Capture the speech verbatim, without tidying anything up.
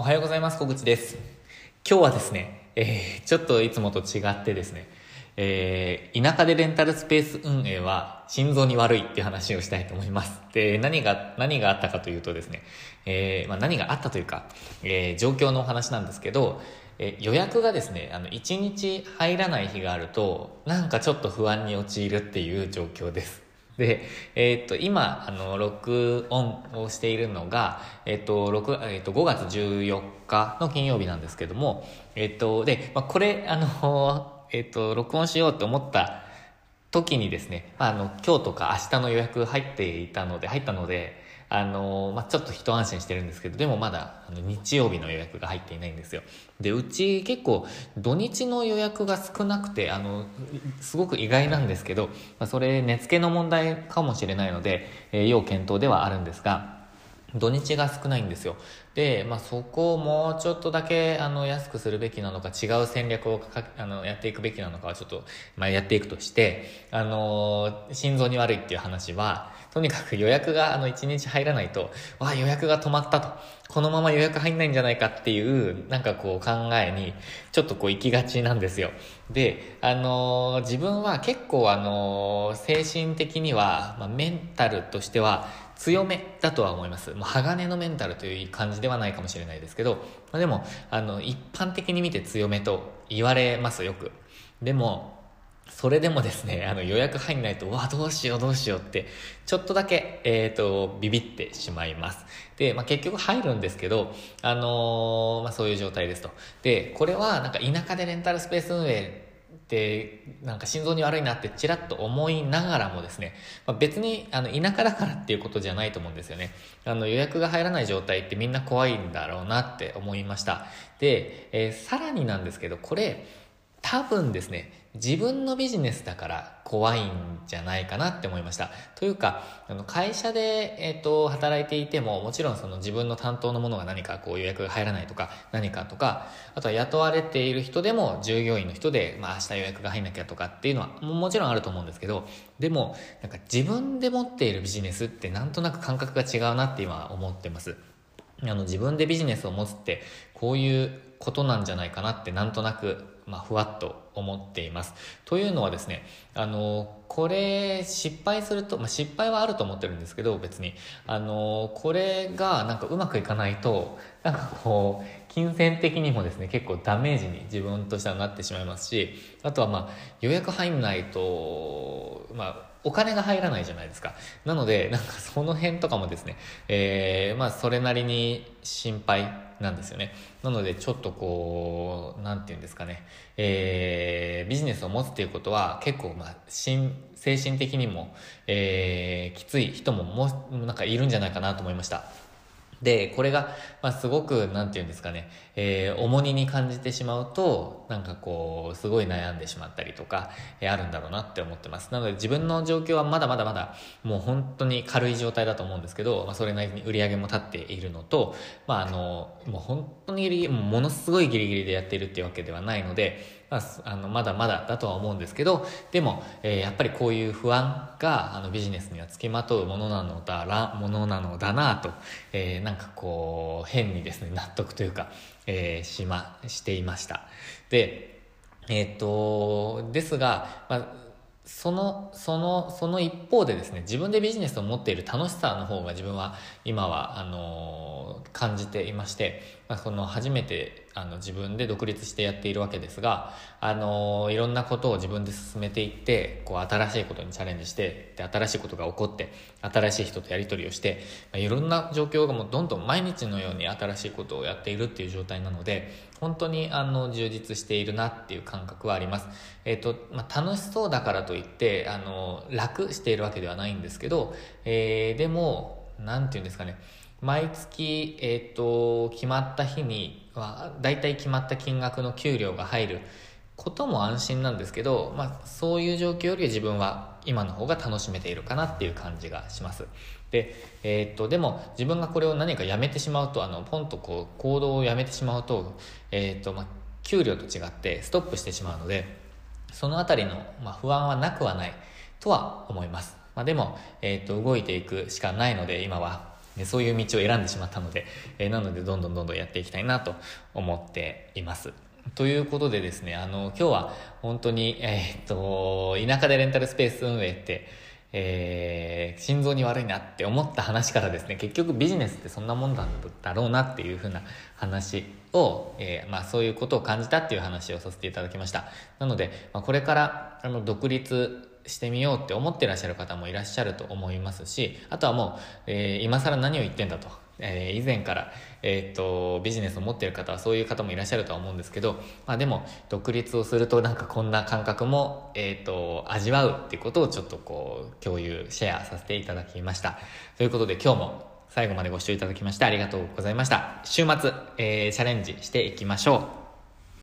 おはようございます。小口です。今日はですね、えー、ちょっといつもと違ってですね、えー、田舎でレンタルスペース運営は心臓に悪いっていう話をしたいと思います。で、何が、何があったかというとですね、えー、まあ何があったというか、えー、状況のお話なんですけど、えー、予約がですね、あの、いちにち入らない日があると、なんかちょっと不安に陥るっていう状況です。で、えーっと、今、あの、録音をしているのが、えーっと、6、えーっと、ごがつじゅうよっかの金曜日なんですけども、えーっと、で、まあ、これ、あの、えーっと、録音しようと思った時にですね、まあ、あの、今日とか明日の予約入っていたので、入ったので、あの、まあ、ちょっと一安心してるんですけど、でもまだ、あの、日曜日の予約が入っていないんですよ。で、うち結構、土日の予約が少なくて、あの、すごく意外なんですけど、まあ、それ、値付けの問題かもしれないので、えー、要検討ではあるんですが、土日が少ないんですよ。で、まあ、そこをもうちょっとだけ、あの、安くするべきなのか、違う戦略をかあの、やっていくべきなのかはちょっと、まあ、やっていくとして、あの、心臓に悪いっていう話は、とにかく予約が、あの、いちにち入らないと、わあ、予約が止まったと。このまま予約入んないんじゃないかっていう、なんかこう考えに、ちょっとこう行きがちなんですよ。で、あの、自分は結構あの、精神的には、まあ、メンタルとしては、強めだとは思います。もう鋼のメンタルという感じではないかもしれないですけど、まあ、でも、あの、一般的に見て強めと言われます、よく。でも、それでもですね、あの予約入んないと、うわ、どうしようどうしようって、ちょっとだけ、えっと、ビビってしまいます。で、まあ、結局入るんですけど、あのー、まあ、そういう状態ですと。で、これはなんか田舎でレンタルスペース運営でなんか心臓に悪いなってちらっと思いながらもですね、まあ、別にあの田舎だからっていうことじゃないと思うんですよね。あの予約が入らない状態ってみんな怖いんだろうなって思いました。で、えー、さらになんですけど、これ多分ですね、自分のビジネスだから怖いんじゃないかなって思いました。というか、あの会社で、えっと、働いていても、もちろんその自分の担当のものが何かこう予約が入らないとか、何かとか、あとは雇われている人でも従業員の人で、まあ明日予約が入んなきゃとかっていうのはももちろんあると思うんですけど、でも、なんか自分で持っているビジネスってなんとなく感覚が違うなって今思ってます。あの自分でビジネスを持つってこういうことなんじゃないかなってなんとなく、まあ、ふわっと思っています。というのはですね、あのこれ失敗すると、まあ、失敗はあると思ってるんですけど、別にあのこれがなんかうまくいかないと、なんかこう金銭的にもですね結構ダメージに自分としてはなってしまいますし、あとはまあ予約入んないとまあお金が入らないじゃないですか。なので、なんかその辺とかもですね、えー、まあそれなりに心配なんですよね。なのでちょっとこう、なんていうんですかね、えー、ビジネスを持つっていうことは結構まあ、精神的にも、えー、きつい人ももなんかいるんじゃないかなと思いました。で、これが、まあ、すごく、なんていうんですかね、えー、重荷に感じてしまうと、なんかこう、すごい悩んでしまったりとか、えー、あるんだろうなって思ってます。なので、自分の状況はまだまだまだ、もう本当に軽い状態だと思うんですけど、まあ、それなりに売り上げも立っているのと、まあ、あの、もう本当にギリギリ、ものすごいギリギリでやっているっていうわけではないので、まあ、あのまだまだだとは思うんですけど、でも、えー、やっぱりこういう不安があのビジネスにはつきまとうものなのだらものなのだなと、えー、なんかこう変にですね納得というか、えー、しましていました。で、えー、っとですが、まあその、その、その一方でですね、自分でビジネスを持っている楽しさの方が自分は今は、あの、感じていまして、まあ、その初めて、あの、自分で独立してやっているわけですが、あの、いろんなことを自分で進めていって、こう、新しいことにチャレンジして、で、新しいことが起こって、新しい人とやり取りをして、まあ、いろんな状況がもうどんどん毎日のように新しいことをやっているっていう状態なので、本当にあの充実しているなっていう感覚はあります。えっと、まあ、楽しそうだからといってあの楽しているわけではないんですけど、えー、でもなんていうんですかね、毎月、えっと決まった日にはだいたい決まった金額の給料が入ることも安心なんですけど、まあ、そういう状況より自分は今の方が楽しめているかなっていう感じがします。で、えー、っとでも自分がこれを何かやめてしまうと、あのポンとこう行動をやめてしまうと、えー、っとまあ、給料と違ってストップしてしまうので、そのあたりの、まあ、不安はなくはないとは思います。まあ、でも、えー、っと動いていくしかないので今はね、そういう道を選んでしまったので、えー、なのでどんどんどんどんやっていきたいなと思っています。ということでですね、あの、今日は本当に、えー、っと、田舎でレンタルスペース運営って、えー、心臓に悪いなって思った話からですね、結局ビジネスってそんなもんなんだろうなっていう風な話を、えー、まあそういうことを感じたっていう話をさせていただきました。なので、まあ、これからあの独立してみようって思ってらっしゃる方もいらっしゃると思いますし、あとはもう、えー、今更何を言ってんだと、えー、以前から、えー、っとビジネスを持っている方はそういう方もいらっしゃるとは思うんですけど、まあでも独立をするとなんかこんな感覚も、えー、っと味わうっていうことをちょっとこう共有シェアさせていただきました。ということで今日も最後までご視聴いただきましてありがとうございました。週末、えー、チャレンジしていきましょう。